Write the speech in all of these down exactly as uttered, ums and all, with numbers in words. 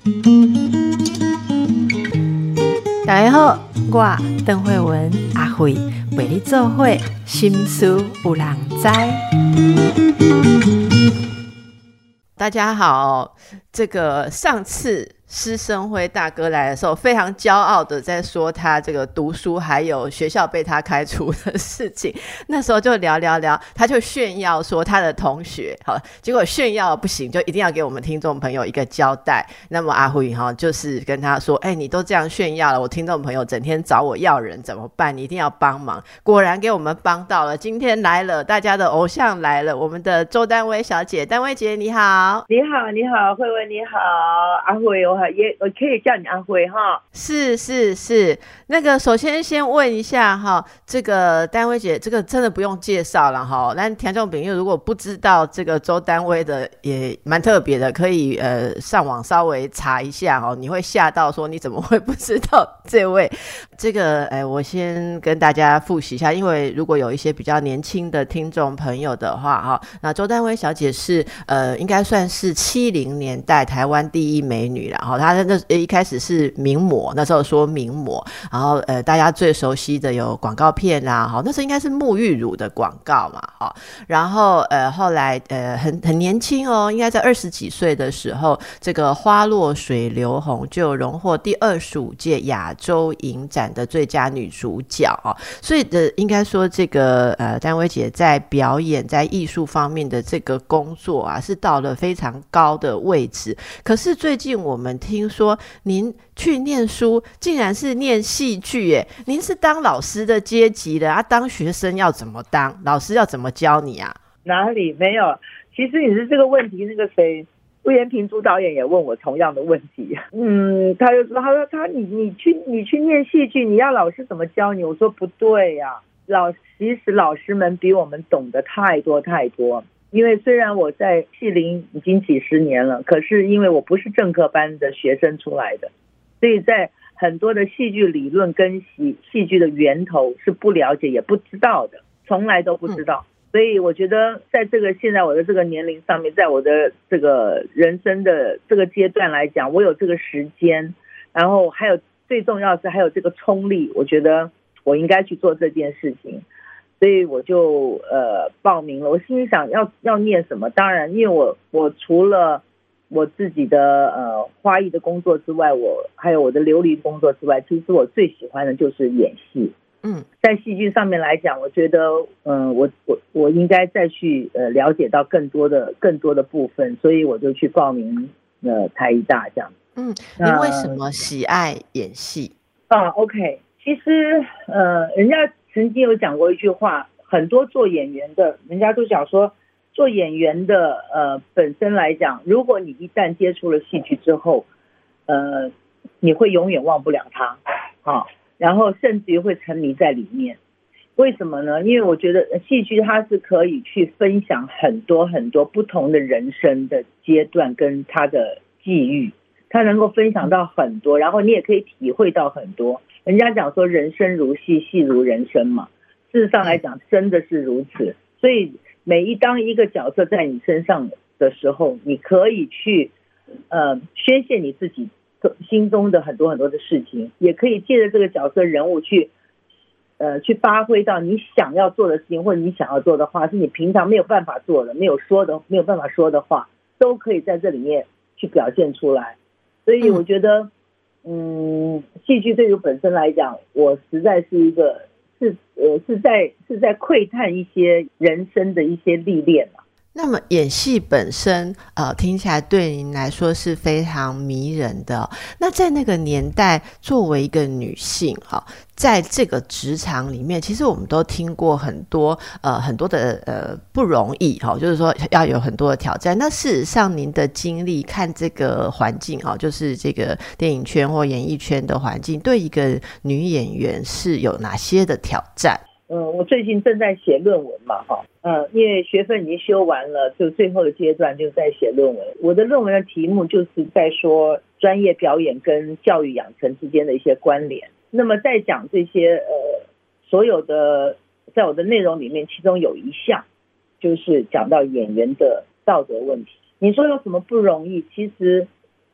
大家好，我邓惠文阿惠陪你做伙，心事有人知。大家好，这个上次施生辉大哥来的时候，非常骄傲的在说他这个读书还有学校被他开除的事情。那时候就聊聊聊，他就炫耀说他的同学，好，结果炫耀不行，就一定要给我们听众朋友一个交代。那么阿辉哈，就是跟他说，哎、欸，你都这样炫耀了，我听众朋友整天找我要人怎么办？你一定要帮忙。果然给我们帮到了，今天来了，大家的偶像来了，我们的周丹薇小姐，丹薇姐你好。 你好，你好，慧文你好，阿辉，我也我可以叫你阿辉哈。 是是是，那个首先先问一下哈，这个丹薇姐，这个真的不用介绍了哈。但听众朋友如果不知道这个周丹薇的，也蛮特别的，可以呃上网稍微查一下哦，你会吓到说你怎么会不知道这位？这个呃，我先跟大家复习一下，因为如果有一些比较年轻的听众朋友的话哈，那周丹薇小姐是呃应该算是七零年代台湾第一美女啦，哈，她那一开始是名模，那时候说名模，然后呃大家最熟悉的有广告片啊，哈，那时候应该是沐浴乳的广告嘛，哈，然后呃后来呃很很年轻哦，应该在二十几岁的时候，这个花落水流红就荣获第二十五届亚洲影展的最佳女主角哦，所以的应该说这个呃丹薇姐在表演在艺术方面的这个工作啊，是到了非常高的位置。可是最近我们听说您去念书竟然是念戏剧耶，您是当老师的阶级的啊，当学生要怎么当？老师要怎么教你啊？ 哪里没有？其实你是这个问题，那个谁魏延平朱导演也问我同样的问题。嗯，他就说他说他你你去你去念戏剧，你要老师怎么教你？我说不对呀、啊，老其实老师们比我们懂得太多太多。因为虽然我在戏林已经几十年了，可是因为我不是正科班的学生出来的，所以在很多的戏剧理论跟戏戏剧的源头是不了解也不知道的，从来都不知道。所以我觉得在这个现在我的这个年龄上面，在我的这个人生的这个阶段来讲，我有这个时间，然后还有最重要是还有这个冲力，我觉得我应该去做这件事情。所以我就呃报名了。我心里想要要念什么？当然，因为我我除了我自己的呃花艺的工作之外，我还有我的琉璃工作之外，其实我最喜欢的就是演戏。嗯，在戏剧上面来讲，我觉得嗯、呃、我我我应该再去呃了解到更多的更多的部分，所以我就去报名呃台艺大这样。 嗯，您为什么喜爱演戏？ 啊 ，OK， 其实呃人家曾经有讲过一句话，很多做演员的人家都讲说，做演员的呃本身来讲，如果你一旦接触了戏剧之后，呃你会永远忘不了它啊，然后甚至于会沉迷在里面。为什么呢？因为我觉得戏剧它是可以去分享很多很多不同的人生的阶段跟它的际遇，它能够分享到很多，然后你也可以体会到很多。人家讲说人生如戏，戏如人生嘛，事实上来讲真的是如此。所以每一当一个角色在你身上的时候，你可以去呃宣泄你自己心中的很多很多的事情，也可以借着这个角色人物去呃去发挥到你想要做的事情，或者你想要做的话，是你平常没有办法做的，没有说的没有办法说的话，都可以在这里面去表现出来。所以我觉得嗯，戏剧对于本身来讲，我实在是一个是呃是在是在窥探一些人生的一些历练啊。 那么演戏本身呃听起来对您来说是非常迷人的、哦、那在那个年代作为一个女性、哦、在这个职场里面，其实我们都听过很多呃很多的呃不容易、哦、就是说要有很多的挑战。那事实上您的经历看这个环境、哦、就是这个电影圈或演艺圈的环境，对一个女演员是有哪些的挑战？ 嗯，我最近正在写论文嘛，哈，嗯，因为学分已经修完了，就最后的阶段就在写论文。我的论文的题目就是在说专业表演跟教育养成之间的一些关联。那么在讲这些呃所有的，在我的内容里面，其中有一项就是讲到演员的道德问题。你说有什么不容易？其实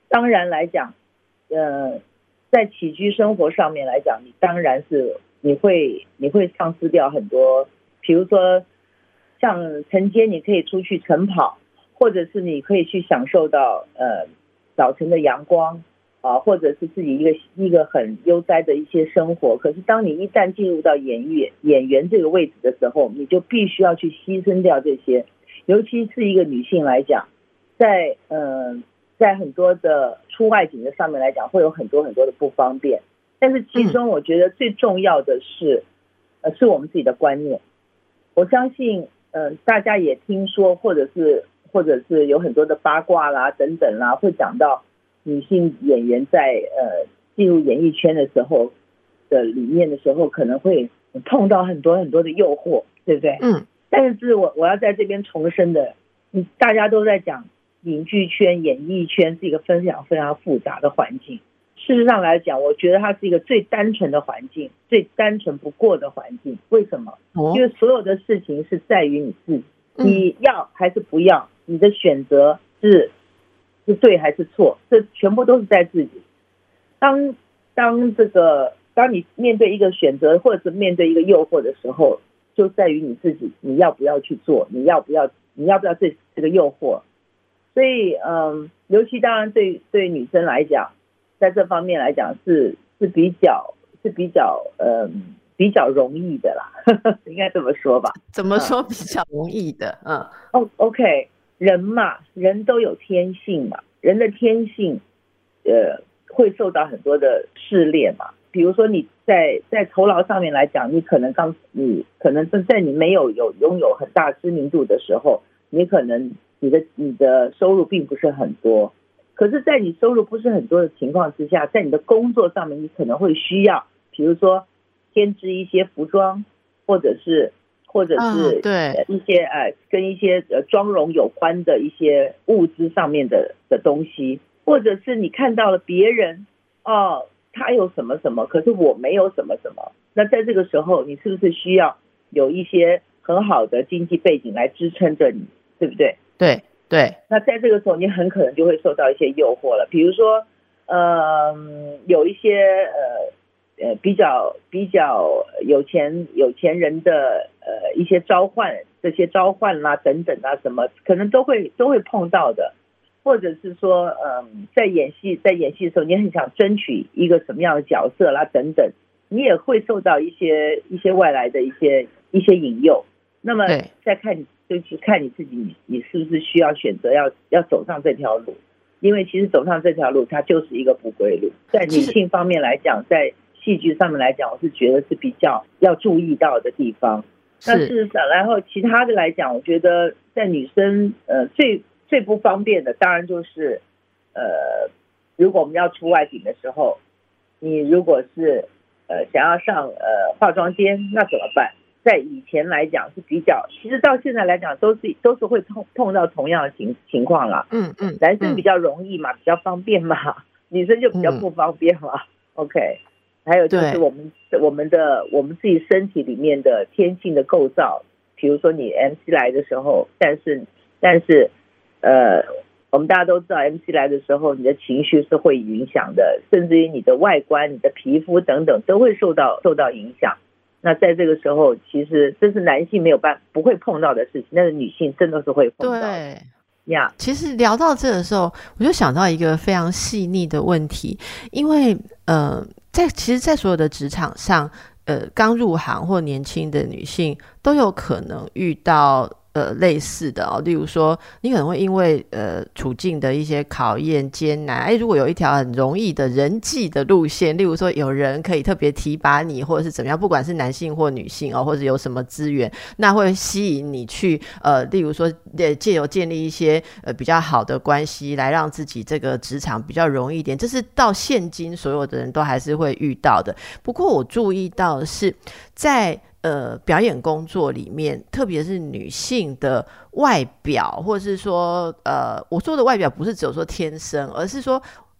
当然来讲，呃，在起居生活上面来讲，你当然是你会你会丧失掉很多，比如说像晨间你可以出去晨跑，或者是你可以去享受到呃早晨的阳光啊，或者是自己一个一个很悠哉的一些生活。可是当你一旦进入到演艺演员这个位置的时候，你就必须要去牺牲掉这些，尤其是一个女性来讲，在呃在很多的出外景的上面来讲，会有很多很多的不方便。但是其中我觉得最重要的是，呃，是我们自己的观念。我相信，呃，大家也听说，或者是或者是有很多的八卦啦等等啦，会讲到女性演员在呃进入演艺圈的时候的里面的时候，可能会碰到很多很多的诱惑，对不对？ 嗯。 但是我我要在这边重申的，嗯，大家都在讲影剧圈、演艺圈是一个非常非常复杂的环境。事实上来讲，我觉得它是一个最单纯的环境，最单纯不过的环境。为什么？ 哦、 因为所有的事情是在于你自己，你要还是不要，你的选择是是对还是错，这全部都是在自己。当当这个当你面对一个选择，或者是面对一个诱惑的时候，就在于你自己，你要不要去做，你要不要你要不要这这个诱惑。所以嗯，尤其当然对对女生来讲，在这方面来讲是是比较是比较嗯比较容易的啦，应该这么说吧。 怎么说比较容易的？嗯， 哦 ，OK， 人嘛，人都有天性嘛，人的天性呃会受到很多的试炼嘛。比如说你在在酬劳上面来讲，你可能刚你可能在你没有有拥有很大知名度的时候，你可能你的你的收入并不是很多。可是在你收入不是很多的情况之下，在你的工作上面，你可能会需要，比如说添置一些服装，或者是或者是对一些呃跟一些呃妆容有关的一些物资上面的的东西，或者是你看到了别人哦他有什么什么，可是我没有什么什么，那在这个时候，你是不是需要有一些很好的经济背景来支撑着你，对不对？ 对。对， 那在这个时候，你很可能就会受到一些诱惑了。比如说，呃，有一些呃呃比较比较有钱有钱人的呃一些召唤，这些召唤啦等等啊，什么可能都会都会碰到的。或者是说，嗯、呃，在演戏在演戏的时候，你很想争取一个什么样的角色啦等等，你也会受到一些一些外来的一些一些引诱。那么再看你。就是看你自己你，你是不是需要选择要要走上这条路，因为其实走上这条路，它就是一个不归路。在女性方面来讲，在戏剧上面来讲，我是觉得是比较要注意到的地方。那事实上，然后其他的来讲，我觉得在女生呃最最不方便的，当然就是呃，如果我们要出外景的时候，你如果是呃想要上呃化妆间，那怎么办？在以前来讲是比较，其实到现在来讲都是都是会碰碰到同样的情情况啦。 嗯嗯， 男生比较容易嘛，比较方便嘛，女生就比较不方便嘛。嗯、OK， 还有就是我们我们的我们自己身体里面的天性的构造，比如说你 M C 来的时候，但是但是呃，我们大家都知道 M C 来的时候，你的情绪是会影响的，甚至于你的外观、你的皮肤等等都会受到受到影响。那在这个时候，其实这是男性没有办不会碰到的事情，但是女性真的是会碰到的。 对呀， yeah. 其实聊到这的时候，我就想到一个非常细腻的问题，因为呃，在其实，在所有的职场上，呃，刚入行或年轻的女性都有可能遇到。呃，类似的哦，例如说，你可能会因为呃处境的一些考验艰难，哎，如果有一条很容易的人际的路线，例如说有人可以特别提拔你，或者是怎么样，不管是男性或女性哦，或者有什么资源，那会吸引你去呃，例如说呃借由建立一些呃比较好的关系，来让自己这个职场比较容易一点，这是到现今所有的人都还是会遇到的。不过我注意到的是在呃，表演工作里面，特别是女性的外表，或者是说，呃，我说的外表不是只有说天生，而是说，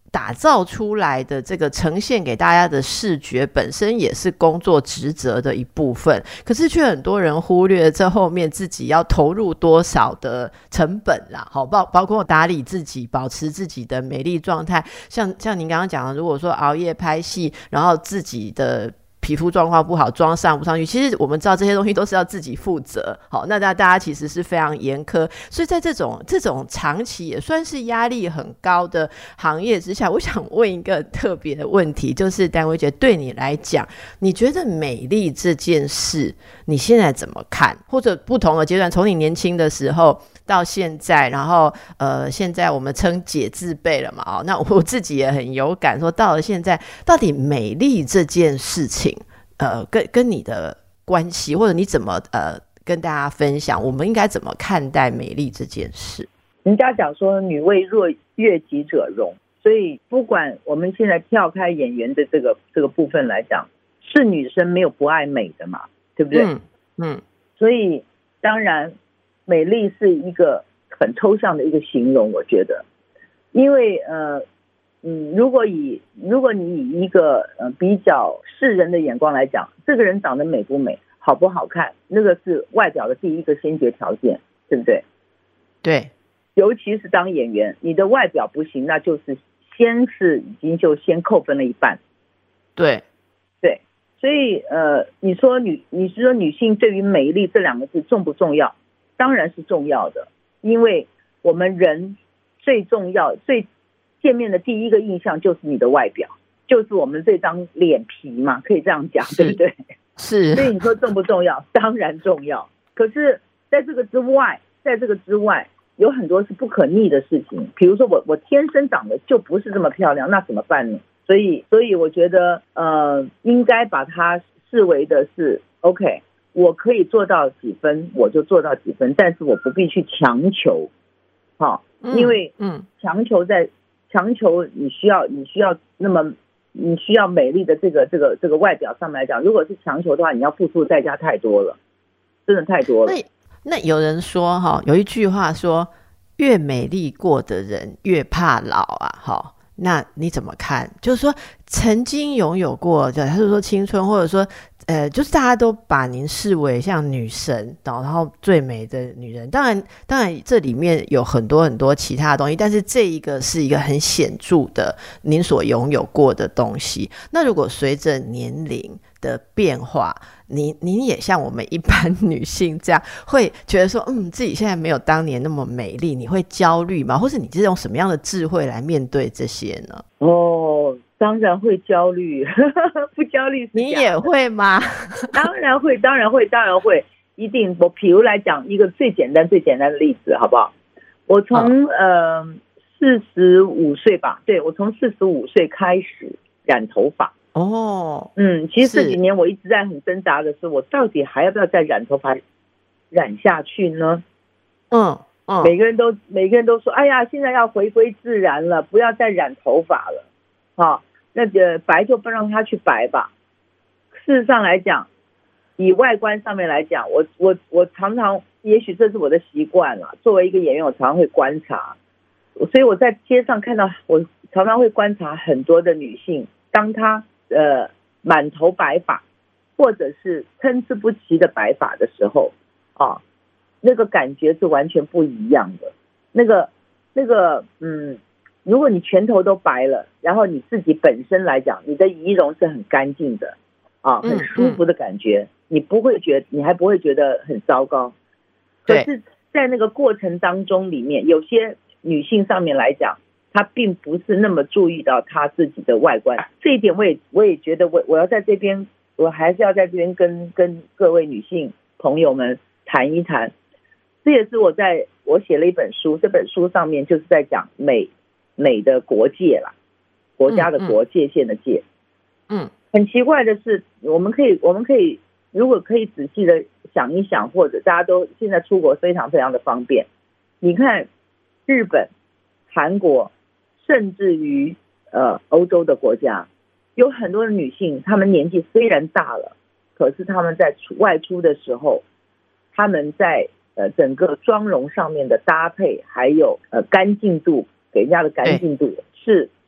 打造出来的这个呈现给大家的视觉本身也是工作职责的一部分，可是却很多人忽略这后面自己要投入多少的成本啦，好，包包括打理自己，保持自己的美丽状态，像像您刚刚讲的，如果说熬夜拍戏，然后自己的皮肤状况不好，妆上不上去，其实我们知道这些东西都是要自己负责。好，那大家其实是非常严苛，所以在这种这种长期也算是压力很高的行业之下，我想问一个特别的问题，就是丹薇姐对你来讲，你觉得美丽这件事你现在怎么看？或者不同的阶段，从你年轻的时候到现在，然后呃，现在我们称姐字辈了嘛，哦，那我自己也很有感，说到了现在，到底美丽这件事情，呃，跟跟你的关系，或者你怎么呃跟大家分享，我们应该怎么看待美丽这件事？ 人家讲说女为若悦己者容，所以不管我们现在跳开演员的这个这个部分来讲，是女生没有不爱美的嘛，对不对？嗯嗯，所以当然。美丽是一个很抽象的一个形容，我觉得，因为呃嗯，如果以如果你以一个呃比较世人的眼光来讲，这个人长得美不美，好不好看，那个是外表的第一个先决条件，对不对？ 对， 尤其是当演员，你的外表不行，那就是先是已经就先扣分了一半。 对对，所以呃，你说女你是说女性对于美丽这两个字重不重要？当然是重要的，因为我们人最重要最见面的第一个印象就是你的外表，就是我们这张脸皮嘛，可以这样讲，对不对？ 是。 所以你说重不重要？当然重要。可是在这个之外，在这个之外，有很多是不可逆的事情。比如说我我天生长得就不是这么漂亮，那怎么办呢？所以所以我觉得呃，应该把它视为的是 OK。我可以做到几分我就做到几分，但是我不必去强求，好，因为嗯，强求在强求你需要你需要那么你需要美丽的这个这个这个外表上面来讲，如果是强求的话，你要付出的代价太多了，真的太多了。 那那有人说哈，有一句话说，越美丽过的人越怕老啊，哈。那你怎么看？就是说，曾经拥有过，就他是说青春，或者说，呃，就是大家都把您视为像女神，然后最美的女人。当然，当然这里面有很多很多其他的东西，但是这一个是一个很显著的您所拥有过的东西。那如果随着年龄的变化，您您也像我们一般女性这样，会觉得说，嗯，自己现在没有当年那么美丽，你会焦虑吗？或是你是用什么样的智慧来面对这些呢？ 哦，当然会焦虑，不焦虑是你也会吗？ 当然会，当然会，当然会，一定。我比如来讲一个最简单、最简单的例子，好不好？我从、哦、呃四十五岁吧，对，我从四十五岁开始染头发。哦，嗯，其实这几年我一直在很挣扎的是，我到底还要不要再染头发染下去呢？嗯嗯，每个人都每个人都说，哎呀，现在要回归自然了，不要再染头发了，好，那个白就不让它去白吧。事实上来讲，以外观上面来讲，我我我常常，也许这是我的习惯了。作为一个演员，我常常会观察，所以我在街上看到，我常常会观察很多的女性，当她呃满头白发，或者是参差不齐的白发的时候，啊，那个感觉是完全不一样的。那个那个嗯，如果你全头都白了，然后你自己本身来讲，你的仪容是很干净的。啊，很舒服的感觉，嗯嗯、你不会觉得，你还不会觉得很糟糕。可是，在那个过程当中里面，有些女性上面来讲，她并不是那么注意到她自己的外观。这一点，我也我也觉得我，我我要在这边，我还是要在这边跟跟各位女性朋友们谈一谈。这也是我在我写了一本书，这本书上面就是在讲美美的国界啦，国家的国，界限的界，嗯。很奇怪的是，我们可以，我们可以，如果可以仔细的想一想，或者大家都现在出国非常非常的方便。你看，日本、韩国，甚至于呃欧洲的国家，有很多的女性，她们年纪虽然大了，可是她们在外出的时候，她们在呃整个妆容上面的搭配，还有呃干净度，给人家的干净度是。是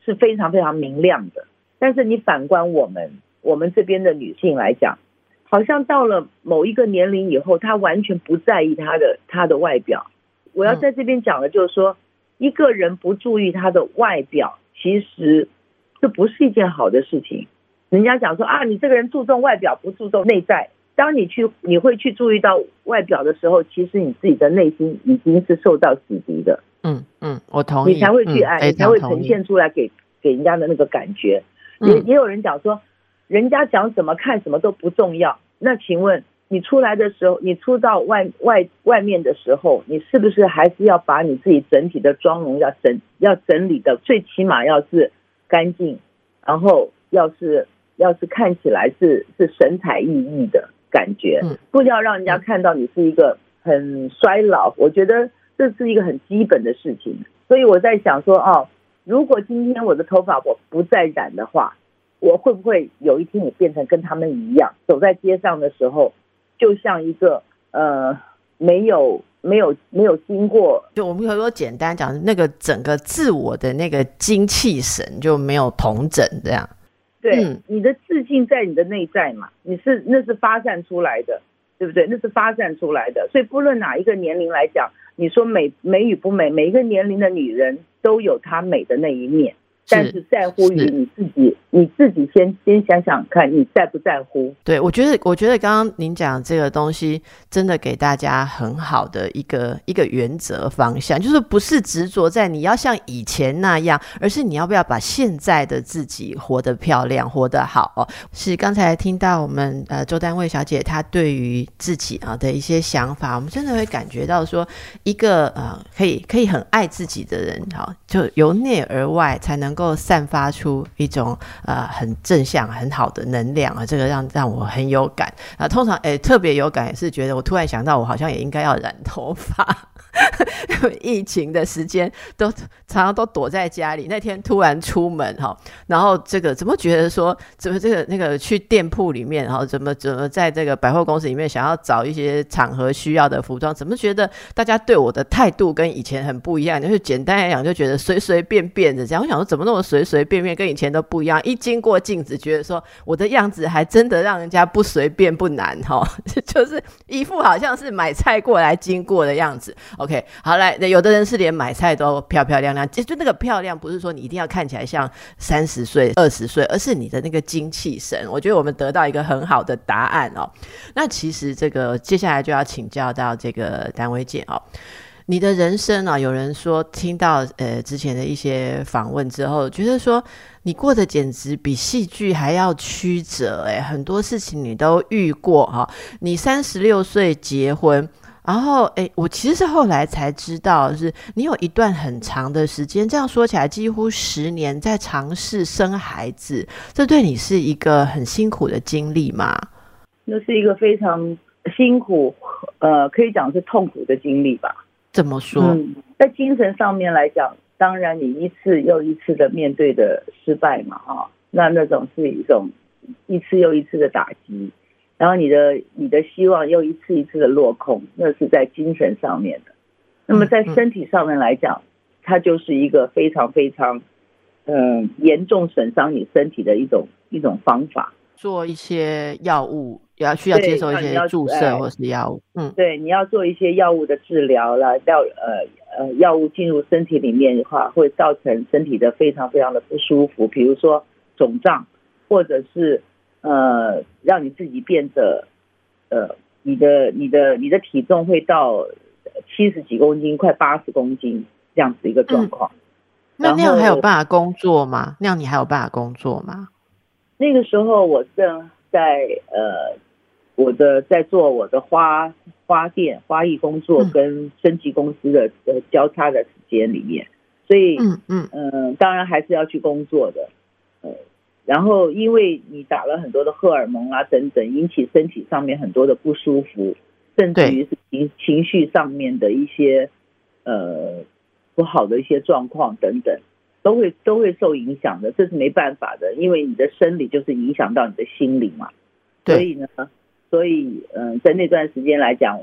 是非常非常明亮的。但是你反观我们我们这边的女性来讲，好像到了某一个年龄以后，她完全不在意她的她的外表。我要在这边讲的就是说，一个人不注意她的外表，其实这不是一件好的事情。人家讲说啊，你这个人注重外表不注重内在。当你去你会去注意到外表的时候，其实你自己的内心已经是受到洗涤的。 嗯嗯，我同意。 你才会去爱，嗯、你才会呈现出来给给人家的那个感觉。也也有人讲说，人家讲什么看什么都不重要。那请问你出来的时候，你出到外外外面的时候，你是不是还是要把你自己整体的妆容要整要整理的，最起码要是干净，然后要是要是看起来是是神采奕奕的感觉，不要让人家看到你是一个很衰老。我觉得这是一个很基本的事情。所以我在想说，哦，如果今天我的头发我不再染的话，我会不会有一天也变成跟他们一样，走在街上的时候就像一个呃没有没有没有经过， 就我们可以说简单讲，那个整个自我的那个精气神就没有统整这样。 对、嗯、你的自信在你的内在嘛，你是那是发散出来的，对不对？那是发散出来的。所以不论哪一个年龄来讲，你说美美与不美，每一个年龄的女人都有她美的那一面，但是在乎于你自己，你自己先先想想看，你在不在乎？ 对，我觉得，我觉得刚刚您讲这个东西，真的给大家很好的一个一个原则方向，就是不是执着在你要像以前那样，而是你要不要把现在的自己活得漂亮，活得好哦。是刚才听到我们呃周丹蕙小姐她对于自己啊的一些想法，我们真的会感觉到说，一个呃可以可以很爱自己的人，好，就由内而外才能够散发出一种呃很正向很好的能量啊，这个让让我很有感啊。通常诶特别有感也是觉得我突然想到我好像也应该要染头发疫情的时间都常常都躲在家里，那天突然出门哈，然后这个怎么觉得说怎么这个那个去店铺里面，然后怎么怎么在这个百货公司里面想要找一些场合需要的服装，怎么觉得大家对我的态度跟以前很不一样，就是简单来讲就觉得随随便便的这样。我想说怎么那么随随便便，跟以前都不一样，一经过镜子觉得说我的样子还真的让人家不随便不难哈，就是一副好像是买菜过来经过的样子。OK， 好，来，有的人是连买菜都漂漂亮亮，就那个漂亮不是说你一定要看起来像三十岁二十岁，而是你的那个精气神。我觉得我们得到一个很好的答案哦。那其实这个接下来就要请教到这个丹蕙姐哦，你的人生啊，有人说听到呃之前的一些访问之后，觉得说你过得简直比戏剧还要曲折，哎，很多事情你都遇过哈、哦。你三十六岁结婚。然后诶我其实是后来才知道，是你有一段很长的时间，这样说起来几乎十年在尝试生孩子，这对你是一个很辛苦的经历吗？ 那是一个非常辛苦呃，可以讲是痛苦的经历吧。 怎么说？ 嗯，在精神上面来讲，当然你一次又一次的面对的失败嘛，哈、哦，那那种是一种一次又一次的打击，然后你的你的希望又一次一次的落空，那是在精神上面的。那么在身体上面来讲，它就是一个非常非常嗯严重损伤你身体的一种一种方法， 做一些药物，要需要接受一些注射或是药物。嗯， 对，你要做一些药物的治疗啦，药呃呃药物进入身体里面的话，会造成身体的非常非常的不舒服，比如说肿胀，或者是呃，让你自己变得，呃，你的你的你的体重会到七十几公斤，快八十公斤这样子一个状况。嗯、 那那样还有办法工作吗？那样你还有办法工作吗？ 那个时候我正在呃，我的在做我的花花店花艺工作跟升级公司的呃交叉的时间里面，所以嗯嗯嗯、呃，当然还是要去工作的，呃。然后因为你打了很多的荷尔蒙啊等等，引起身体上面很多的不舒服，甚至于是情情绪上面的一些呃不好的一些状况等等，都会都会受影响的，这是没办法的，因为你的生理就是影响到你的心理嘛。所以呢，所以嗯、呃，在那段时间来讲，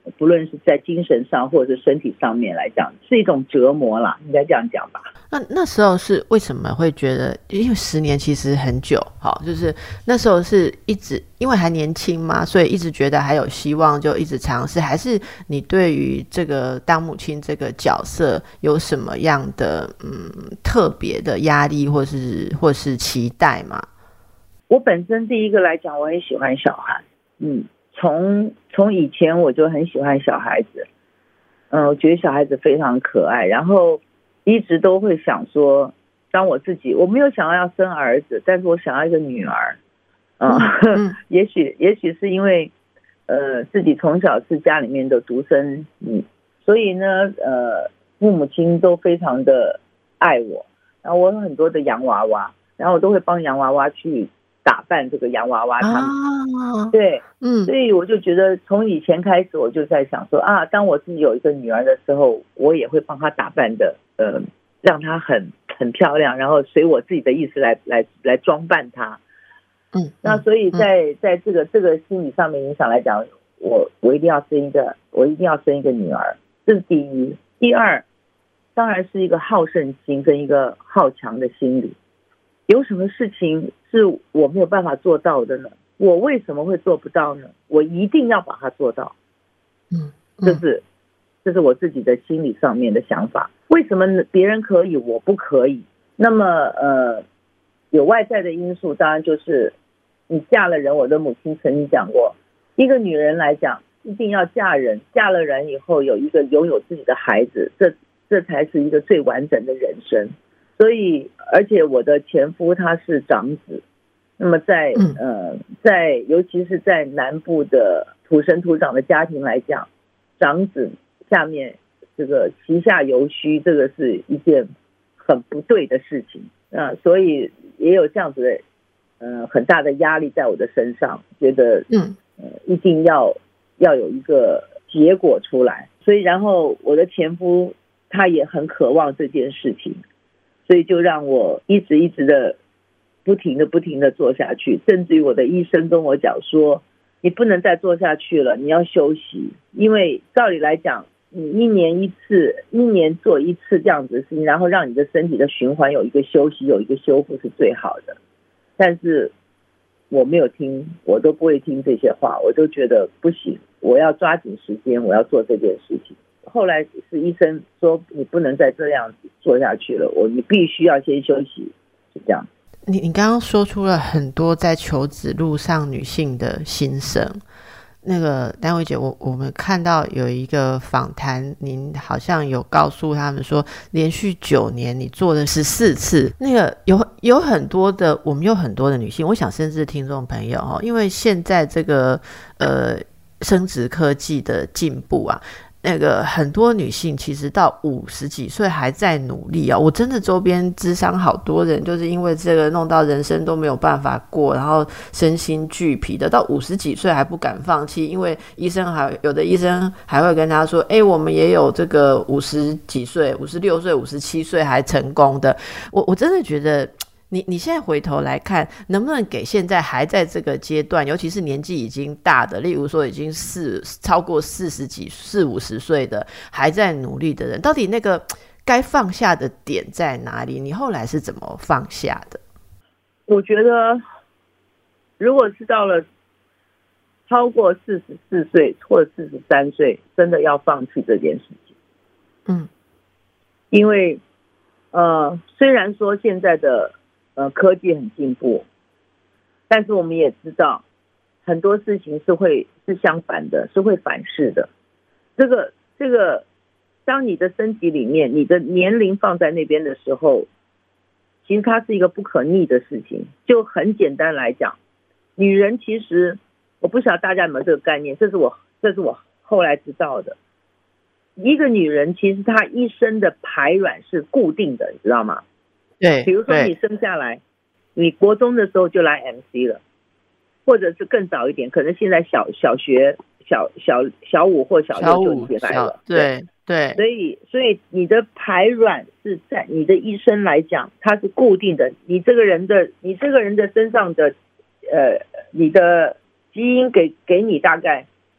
不论是在精神上或者是身体上面来讲，是一种折磨啦，应该这样讲吧。 那那时候是为什么会觉得，因为十年其实很久，好，就是那时候是一直因为还年轻嘛，所以一直觉得还有希望，就一直尝试。还是你对于这个当母亲这个角色有什么样的嗯特别的压力，或是或是期待吗？ 我本身第一个来讲，我很喜欢小孩，嗯，从从以前我就很喜欢小孩子，嗯，我觉得小孩子非常可爱，然后一直都会想说，当我自己我没有想要要生儿子，但是我想要一个女儿，嗯，嗯也许也许是因为呃自己从小是家里面的独生女，所以呢，呃，父母亲都非常的爱我，然后我有很多的洋娃娃，然后我都会帮洋娃娃去打扮这个洋娃娃，他们、啊、对，嗯，所以我就觉得从以前开始，我就在想说啊，当我自己有一个女儿的时候，我也会帮她打扮的，呃，让她很很漂亮，然后随我自己的意思来来来装扮她。嗯，那所以在在这个这个心理上面影响来讲，我我一定要生一个，我一定要生一个女儿，这是第一。第二，当然是一个好胜心跟一个好强的心理。有什么事情是我没有办法做到的呢？我为什么会做不到呢？我一定要把它做到。嗯，这是这是我自己的心理上面的想法。为什么别人可以，我不可以？那么呃，有外在的因素，当然就是你嫁了人。我的母亲曾经讲过，一个女人来讲，一定要嫁人，嫁了人以后有一个拥有自己的孩子，这这才是一个最完整的人生。所以，而且我的前夫他是长子，那么在呃，在尤其是在南部的土生土长的家庭来讲，长子下面这个旗下游虚，这个是一件很不对的事情啊、呃，所以也有这样子的呃很大的压力在我的身上，觉得嗯呃一定要要有一个结果出来，所以然后我的前夫他也很渴望这件事情。所以就让我一直一直的不停的不停的做下去，甚至于我的医生跟我讲说，你不能再做下去了，你要休息。因为道理来讲，你一年一次一年做一次这样子的事情，然后让你的身体的循环有一个休息有一个修复是最好的。但是我没有听，我都不会听这些话，我就觉得不行，我要抓紧时间，我要做这件事情。后来是医生说你不能再这样子做下去了，我你必须要先休息，是这样。 你你刚刚说出了很多在求子路上女性的心声。那个丹薇姐，我我们看到有一个访谈，您好像有告诉他们说，连续九年你做了十四次。那个有有很多的，我们有很多的女性，我想甚至听众朋友哦，因为现在这个呃生殖科技的进步啊。那个很多女性其实到五十几岁还在努力啊！我真的周边諮商好多人就是因为这个弄到人生都没有办法过，然后身心俱疲的，到五十几岁还不敢放弃，因为医生还有的医生还会跟他说：“哎，我们也有这个五十几岁、五十六岁、五十七岁还成功的。”我我真的觉得。你你现在回头来看，能不能给现在还在这个阶段，尤其是年纪已经大的，例如说已经四超过四十几、四五十岁的还在努力的人，到底那个该放下的点在哪里？你后来是怎么放下的？ 我觉得，如果是到了超过四十四岁或者四十三岁，真的要放弃这件事情。嗯，因为呃，虽然说现在的呃，科技很进步，但是我们也知道很多事情是会是相反的，是会反噬的。这个这个，当你的身体里面，你的年龄放在那边的时候，其实它是一个不可逆的事情。就很简单来讲，女人其实我不晓得大家有没有这个概念，这是我这是我后来知道的。一个女人其实她一生的排卵是固定的，你知道吗？ 对， 比如说你生下来，你国中的时候就来 M C 了，或者是更早一点，可能现在小小学小小小五或小六就已经来了。 对对， 所以所以你的排卵是在你的一生来讲，它是固定的。你这个人的你这个人的身上的呃，你的基因给给你大概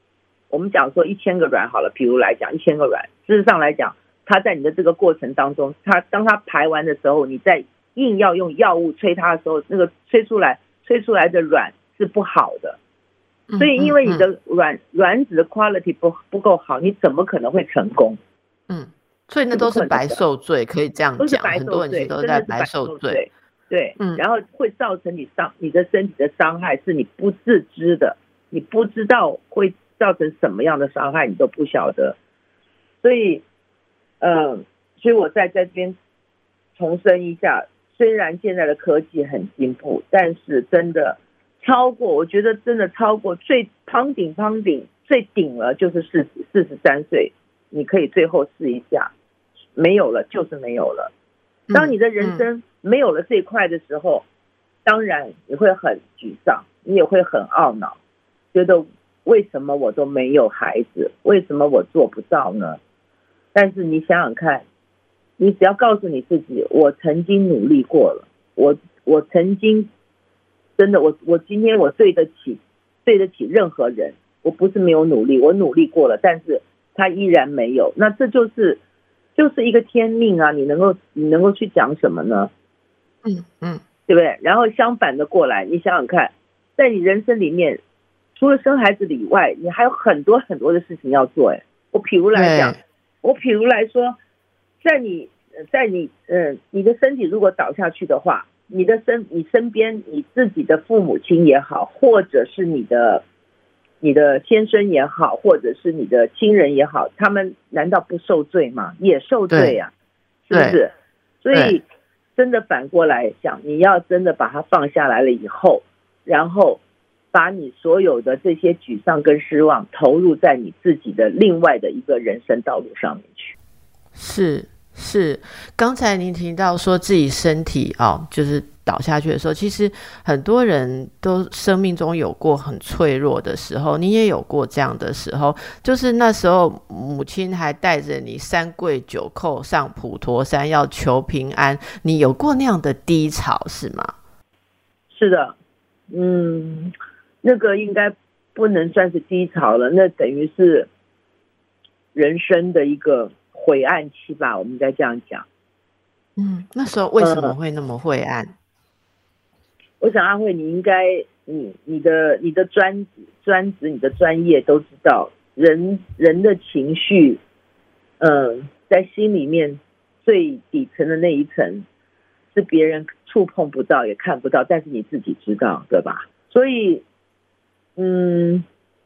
我们讲说一千个卵好了，比如来讲一千个卵，事实上来讲，它在你的这个过程当中，它当它排完的时候，你在硬要用药物催它的时候，那个催出来催出来的卵是不好的。所以因为你的卵卵子的 quality 不不够好，你怎么可能会成功？ 嗯，所以那都是白受罪，可以这样讲，很多人其实都在白受罪。 对，嗯，然后会造成你伤你的身体的伤害是你不自知的，你不知道会造成什么样的伤害，你都不晓得。所以，呃，所以我再在这边重申一下，虽然现在的科技很进步，但是真的。超过，我觉得真的超过最攀顶攀顶最顶了，就是四十四十三岁，你可以最后试一下，没有了就是没有了。当你的人生没有了这一块的时候，当然你会很沮丧，你也会很懊恼，觉得为什么我都没有孩子，为什么我做不到呢？但是你想想看，你只要告诉你自己，我曾经努力过了，我我曾经。真的，我我今天我对得起，对得起任何人。我不是没有努力，我努力过了，但是他依然没有。那这就是就是一个天命啊！你能够你能够去讲什么呢？ 嗯嗯， 对不对？然后相反的过来，你想想看，在你人生里面，除了生孩子以外，你还有很多很多的事情要做。哎，我譬如来讲，我譬如来说，在你在你嗯、呃，你的身体如果倒下去的话。你的身，你身边你自己的父母亲也好，或者是你的你的先生也好，或者是你的亲人也好，他们难道不受罪吗？也受罪呀、啊，是不是？所以真的反过来想，你要真的把它放下来了以后，然后把你所有的这些沮丧跟失望投入在你自己的另外的一个人生道路上面去。 是。是，刚才您提到说自己身体哦，就是倒下去的时候，其实很多人都生命中有过很脆弱的时候，你也有过这样的时候，就是那时候母亲还带着你三跪九叩上普陀山要求平安，你有过那样的低潮是吗？ 是的，嗯，那个应该不能算是低潮了，那等于是人生的一个晦暗期吧，我们再这样讲。 嗯，那时候为什么会那么晦暗？呃、 我想阿慧，你应该，你你的你的专职专职，你的专业都知道，人人的情绪，嗯、呃，在心里面最底层的那一层，是别人触碰不到也看不到，但是你自己知道，对吧？所以，嗯，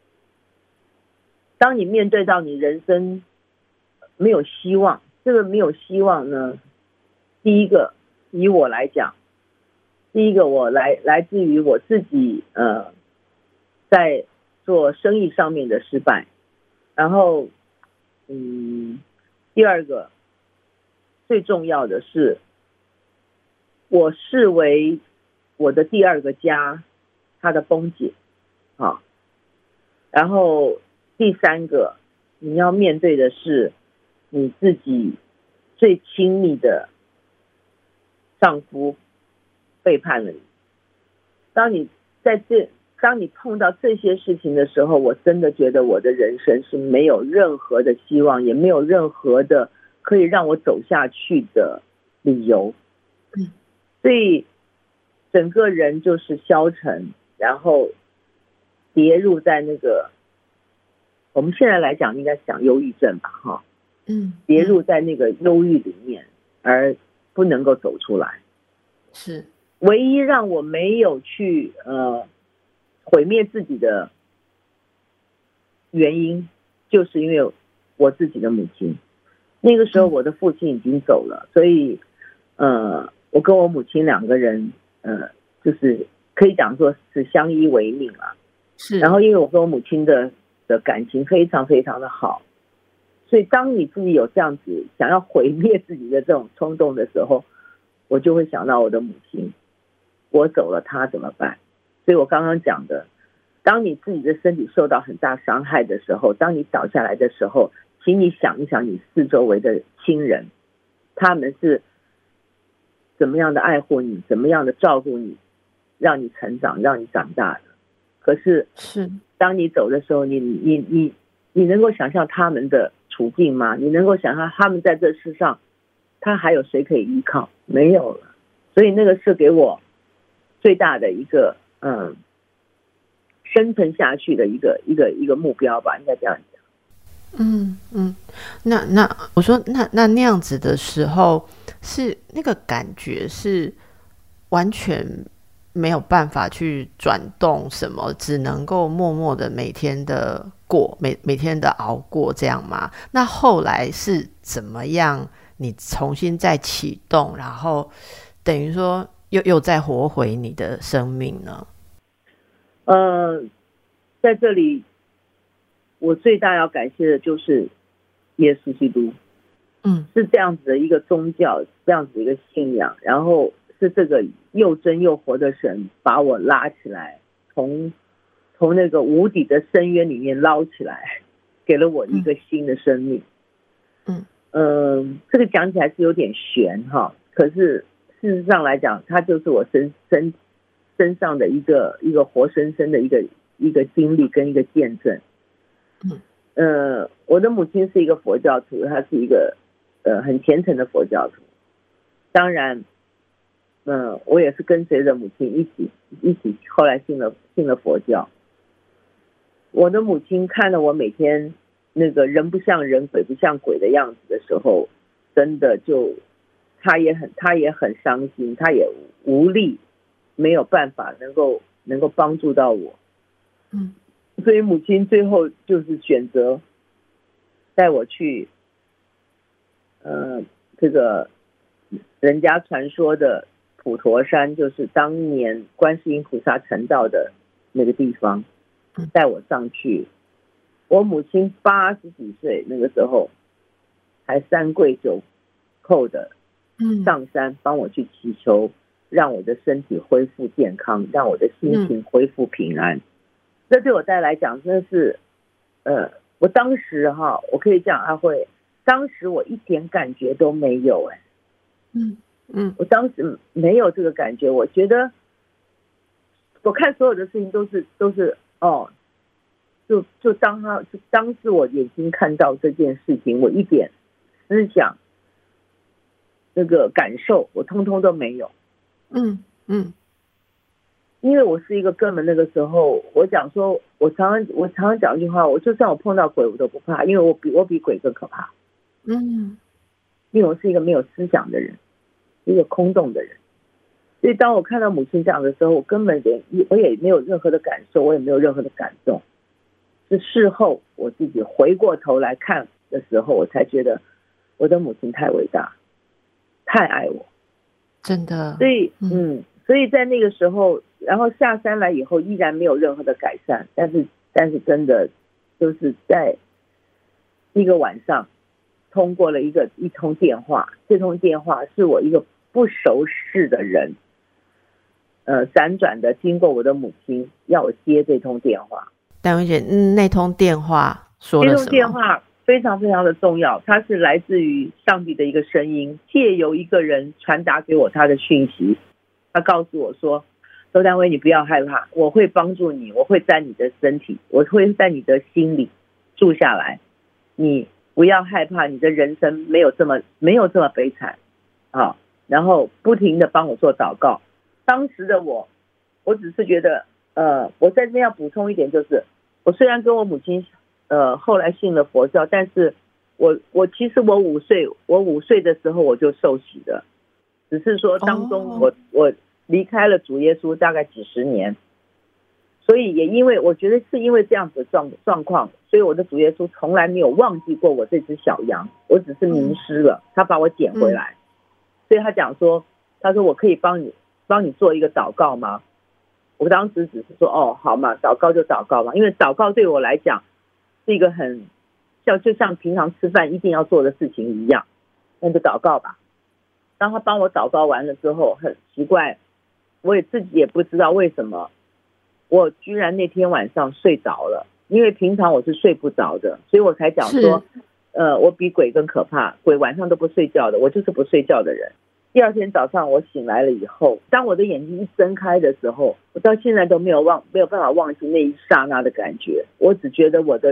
当你面对到你人生没有希望，这个没有希望呢，第一个以我来讲，第一个我来来自于我自己呃在做生意上面的失败，然后嗯，第二个最重要的是，我视为我的第二个家它的崩解啊，然后第三个你要面对的是你自己最亲密的丈夫背叛了你。当你在这当你碰到这些事情的时候，我真的觉得我的人生是没有任何的希望，也没有任何的可以让我走下去的理由。 嗯， 所以整个人就是消沉，然后跌入在那个我们现在来讲应该讲忧郁症吧，哈， 嗯， 跌入在那个忧郁里面，而不能够走出来。 是唯一让我没有去呃毁灭自己的原因，就是因为我自己的母亲。那个时候我的父亲已经走了，所以呃，我跟我母亲两个人呃，就是可以讲说是相依为命啊。 是。 然后因为我跟我母亲的的感情非常非常的好，所以当你自己有这样子想要毁灭自己的这种冲动的时候，我就会想到我的母亲。我走了，他怎么办？所以我刚刚讲的，当你自己的身体受到很大伤害的时候，当你倒下来的时候，请你想一想你四周围的亲人，他们是怎么样的爱护你，怎么样的照顾你，让你成长，让你长大的。可是是当你走的时候，你你你你能够想象他们的处境吗？你能够想象他们在这世上，他还有谁可以依靠？没有了。所以那个是给我最大的一个嗯生存下去的一个一个一个目标吧，应该这样讲。 嗯嗯，那那我说那那那样子的时候，是那个感觉是完全没有办法去转动什么，只能够默默的每天的过，每每天的熬过这样吗？那后来是怎么样？你重新再启动，然后等于说又又再活回你的生命呢？ 呃，在这里，我最大要感谢的就是耶稣基督， 嗯， 是这样子的一个宗教，这样子的一个信仰，然后是这个又真又活的神把我拉起来，从从那个无底的深渊里面捞起来，给了我一个新的生命。 嗯， 呃，这个讲起来是有点悬哈，可是事实上来讲，它就是我身身身上的一个一个活生生的一个一个经历跟一个见证。 嗯， 呃，我的母亲是一个佛教徒，她是一个呃很虔诚的佛教徒。当然，嗯、呃，我也是跟随着母亲一起一起，后来信了信了佛教。我的母亲看了我每天那个人不像人鬼不像鬼的样子的时候，真的就她也很她也很伤心，她也无力，没有办法能够能够帮助到我。 嗯， 所以母亲最后就是选择带我去呃这个人家传说的普陀山，就是当年观世音菩萨成道的那个地方，带我上去。我母亲八十几岁那个时候还三跪九叩的上山帮我去祈求，让我的身体恢复健康，让我的心情恢复平安。这对我来讲真的是呃我当时哈，我可以讲阿慧，当时我一点感觉都没有。哎， 嗯嗯， 我当时没有这个感觉，我觉得我看所有的事情都是都是哦，就就当他就当是我眼睛看到这件事情，我一点思想那个感受我通通都没有。 嗯嗯， 因为我是一个根本那个时候，我讲说，我常常我常常讲一句话，我就算我碰到鬼我都不怕，因为我比我比鬼更可怕。 嗯， 因为我是一个没有思想的人，一个空洞的人。所以当我看到母亲这样的时候，我根本连我也没有任何的感受，我也没有任何的感动。是事后我自己回过头来看的时候，我才觉得我的母亲太伟大，太爱我， 真的。 所以嗯，所以在那个时候，然后下山来以后依然没有任何的改善，但是但是真的就是在一个晚上通过了一个一通电话，这通电话是我一个不熟识的人呃辗转的经过我的母亲要我接这通电话。 丹薇姐，嗯，那通电话说了什么？ 这通电话非常非常的重要，它是来自于上帝的一个声音，借由一个人传达给我他的讯息。他告诉我说，周丹薇，你不要害怕，我会帮助你，我会在你的身体，我会在你的心里住下来，你不要害怕，你的人生没有这么没有这么悲惨啊。然后不停的帮我做祷告。当时的我我只是觉得呃，我在这边要补充一点，就是我虽然跟我母亲呃后来信了佛教，但是我我其实我五岁我五岁的时候我就受洗了，只是说当中我、oh. 我离开了主耶稣大概几十年，所以也因为我觉得是因为这样子的状状况，所以我的主耶稣从来没有忘记过我这只小羊，我只是迷失了，他把我捡回来。所以他讲说，他说我可以帮你帮你做一个祷告吗？我当时只是说哦好嘛，祷告就祷告嘛，因为祷告对我来讲是一个很像就像平常吃饭一定要做的事情一样，那就祷告吧。当他帮我祷告完了之后，很奇怪，我也自己也不知道为什么，我居然那天晚上睡着了，因为平常我是睡不着的，所以我才讲说，呃，我比鬼更可怕，鬼晚上都不睡觉的，我就是不睡觉的人。第二天早上我醒来了以后，当我的眼睛一睁开的时候，我到现在都没有忘没有办法忘记那一刹那的感觉。我只觉得我的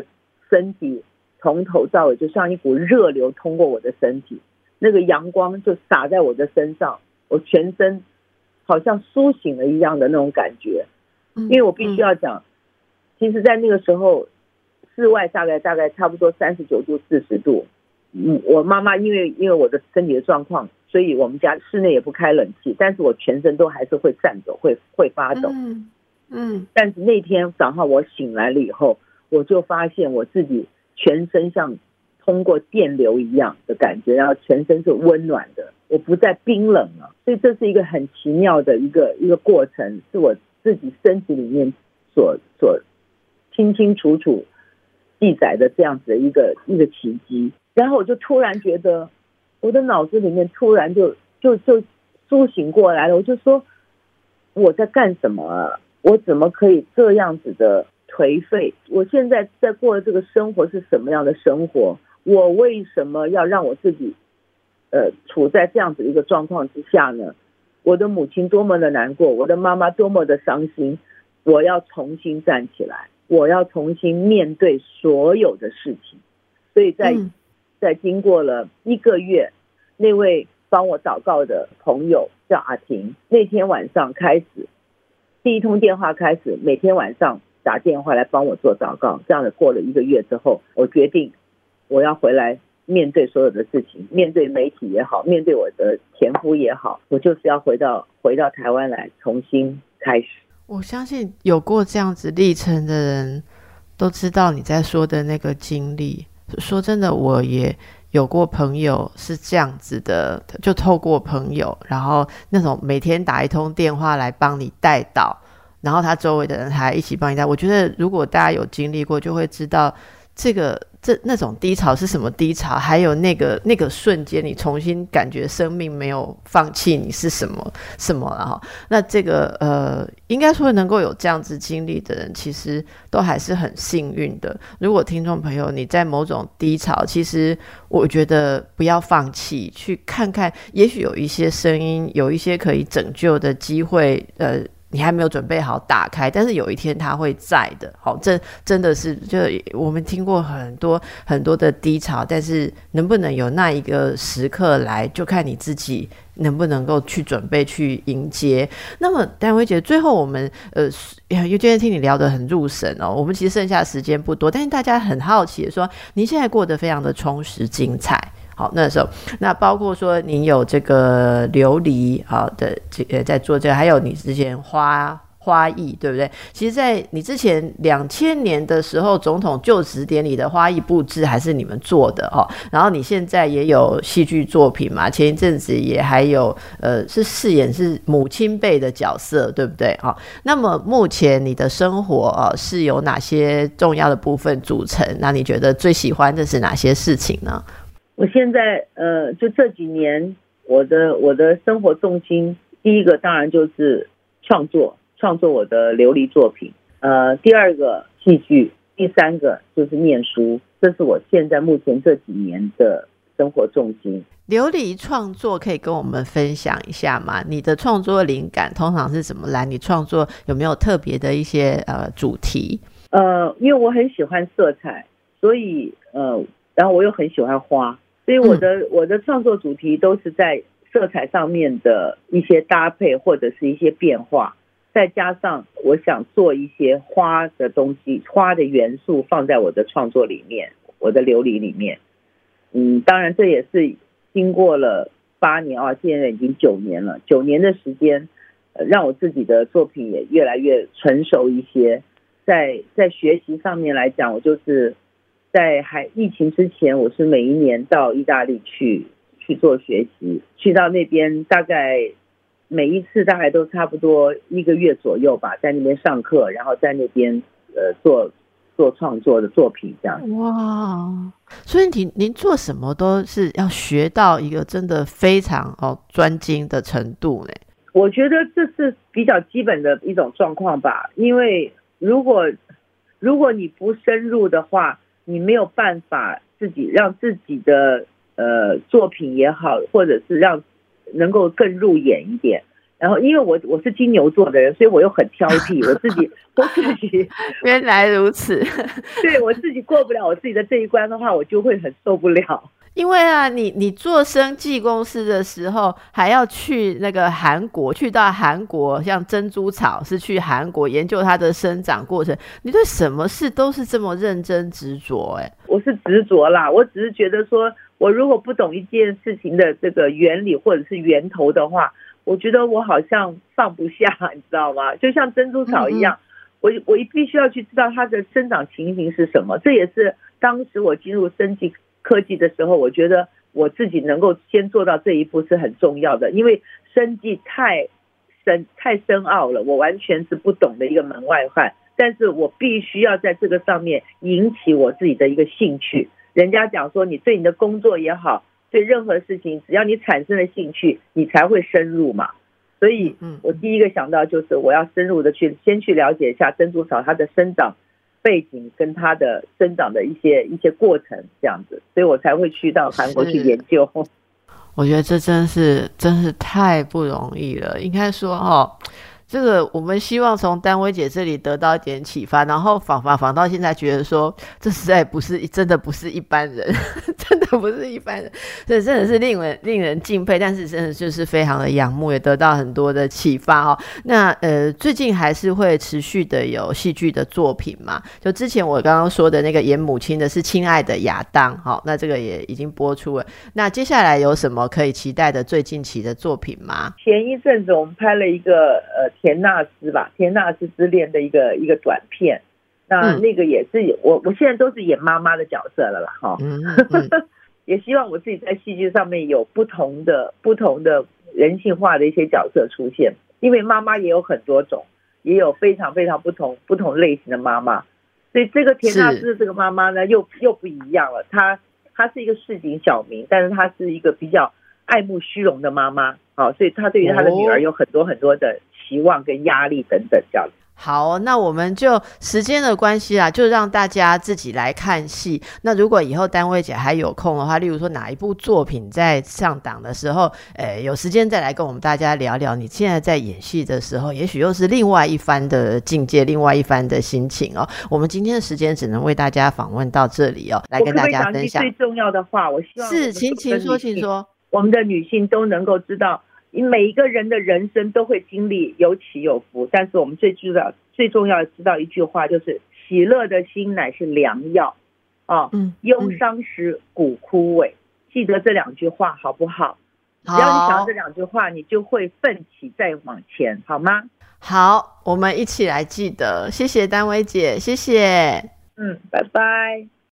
身体从头到尾就像一股热流通过我的身体，那个阳光就洒在我的身上，我全身好像苏醒了一样的那种感觉。因为我必须要讲，其实在那个时候室外大概大概差不多三十九度四十度，嗯，我妈妈因为因为我的身体的状况，所以我们家室内也不开冷气，但是我全身都还是会颤抖，会会发抖。 嗯嗯， 但是那天早上我醒来了以后，我就发现我自己全身像通过电流一样的感觉，然后全身是温暖的，我不再冰冷了。所以这是一个很奇妙的一个一个过程，是我自己身体里面所所清清楚楚记载的这样子的一个一个奇迹。然后我就突然觉得我的脑子里面突然就就就苏醒过来了，我就说我在干什么啊？我怎么可以这样子的颓废？我现在在过的这个生活是什么样的生活？我为什么要让我自己呃处在这样子一个状况之下呢？我的母亲多么的难过，我的妈妈多么的伤心，我要重新站起来，我要重新面对所有的事情。所以在、嗯、在经过了一个月，那位帮我祷告的朋友叫阿婷，那天晚上开始，第一通电话开始，每天晚上打电话来帮我做祷告。这样的过了一个月之后，我决定我要回来面对所有的事情，面对媒体也好，面对我的前夫也好，我就是要回到回到台湾来重新开始。 我相信有过这样子历程的人都知道你在说的那个经历。说真的，我也有过朋友是这样子的，就透过朋友，然后那种每天打一通电话来帮你带导，然后他周围的人还一起帮你带。我觉得如果大家有经历过，就会知道这个这那种低潮是什么低潮，还有那个那个瞬间你重新感觉生命没有放弃你是什么什么了哈。那这个呃，应该说能够有这样子经历的人，其实都还是很幸运的。如果听众朋友你在某种低潮，其实我觉得不要放弃，去看看，也许有一些声音，有一些可以拯救的机会，呃。你还没有准备好打开，但是有一天它会在的。好，这真的是就我们听过很多很多的低潮，但是能不能有那一个时刻来，就看你自己能不能够去准备去迎接。那么丹薇姐，最后我们呃，又今天听你聊得很入神哦。我们其实剩下的时间不多，但是大家很好奇的说，您现在过得非常的充实精彩。好，那时候那包括说你有这个琉璃好的这个在做这个，还有你之前花花艺，对不对？其实在你之前两千年的时候，总统就职典礼的花艺布置还是你们做的哦。然后你现在也有戏剧作品嘛，前一阵子也还有呃是饰演是母亲辈的角色，对不对？哦，那么目前你的生活哦是有哪些重要的部分组成？那你觉得最喜欢的是哪些事情呢？ 我现在呃，就这几年，我的我的生活重心，第一个当然就是创作，创作我的琉璃作品。呃，第二个戏剧，第三个就是念书，这是我现在目前这几年的生活重心。 琉璃创作可以跟我们分享一下吗？你的创作灵感通常是怎么来？你创作有没有特别的一些呃主题？ 呃，因为我很喜欢色彩，所以呃，然后我又很喜欢花。所以我的、嗯、我的创作主题都是在色彩上面的一些搭配或者是一些变化，再加上我想做一些花的东西，花的元素放在我的创作里面，我的琉璃里面。嗯，当然这也是经过了八年啊，现在已经九年了，九年的时间，呃，让我自己的作品也越来越成熟一些。在在学习上面来讲，我就是在还疫情之前，我是每一年到意大利去去做学习，去到那边大概每一次大概都差不多一个月左右吧，在那边上课，然后在那边呃做做创作的作品这样。 哇，所以您您做什么都是要学到一个真的非常哦专精的程度呢？ 我觉得这是比较基本的一种状况吧，因为如果如果你不深入的话，你没有办法自己让自己的呃作品也好，或者是让能够更入眼一点， 然后因为我我是金牛座的人，所以我又很挑剔，我自己我自己原来如此。 对我自己过不了我自己的这一关的话，我就会很受不了。 因为啊，你你做生技公司的时候，还要去那个韩国，去到韩国，像珍珠草是去韩国研究它的生长过程。你对什么事都是这么认真执着，哎， 我是执着啦，我只是觉得说，我如果不懂一件事情的这个原理或者是源头的话，我觉得我好像放不下，你知道吗？就像珍珠草一样，嗯嗯我我必须要去知道它的生长情形是什么。这也是当时我进入生技科技的时候，我觉得我自己能够先做到这一步是很重要的，因为生技太深太深奥了，我完全是不懂的一个门外汉，但是我必须要在这个上面引起我自己的一个兴趣。人家讲说，你对你的工作也好，对任何事情，只要你产生了兴趣，你才会深入嘛。所以我第一个想到就是我要深入的去先去了解一下珍珠草它的生长背景跟它的生长的一些一些过程，这样子，所以我才会去到韩国去研究。 我觉得这真是真是太不容易了，应该说哦，这个我们希望从丹薇姐这里得到一点启发，然后访访访到现在觉得说，这实在不是真的不是一般人，真的不是一般人，这真的是令人令人敬佩，但是真的就是非常的仰慕，也得到很多的启发哦。那呃，最近还是会持续的有戏剧的作品嘛？就之前我刚刚说的那个演母亲的是《亲爱的亚当》，好，那这个也已经播出了。那接下来有什么可以期待的最近期的作品吗？ 前一阵子我们拍了一个呃田纳斯吧，田纳斯之恋的一个一个短片，那那个也是、嗯、我我现在都是演妈妈的角色了啦哈、嗯嗯、也希望我自己在戏剧上面有不同的不同的人性化的一些角色出现，因为妈妈也有很多种，也有非常非常不同不同类型的妈妈，所以这个田纳斯的这个妈妈呢又又不一样了，她她是一个市井小民，但是她是一个比较爱慕虚荣的妈妈，好，所以她对于她的女儿有很多很多的期望跟压力等等这样子。 好，那我们就时间的关系啦，就让大家自己来看戏。那如果以后丹薇姐还有空的话，例如说哪一部作品在上档的时候，呃，有时间再来跟我们大家聊聊你现在在演戏的时候，也许又是另外一番的境界，另外一番的心情哦。我们今天的时间只能为大家访问到这里哦，来跟大家分享。 最重要的话，我希望是，请请说，请说， 我们的女性都能够知道。每一个人的人生都会经历有起有伏，但是我们最知道最重要的知道一句话，就是喜乐的心乃是良药啊，嗯，忧伤时骨枯萎、嗯、记得这两句话好不好？只要你想到这两句话，你就会奋起再往前，好吗？ 好，我们一起来记得。谢谢丹薇姐，谢谢。 嗯，拜拜。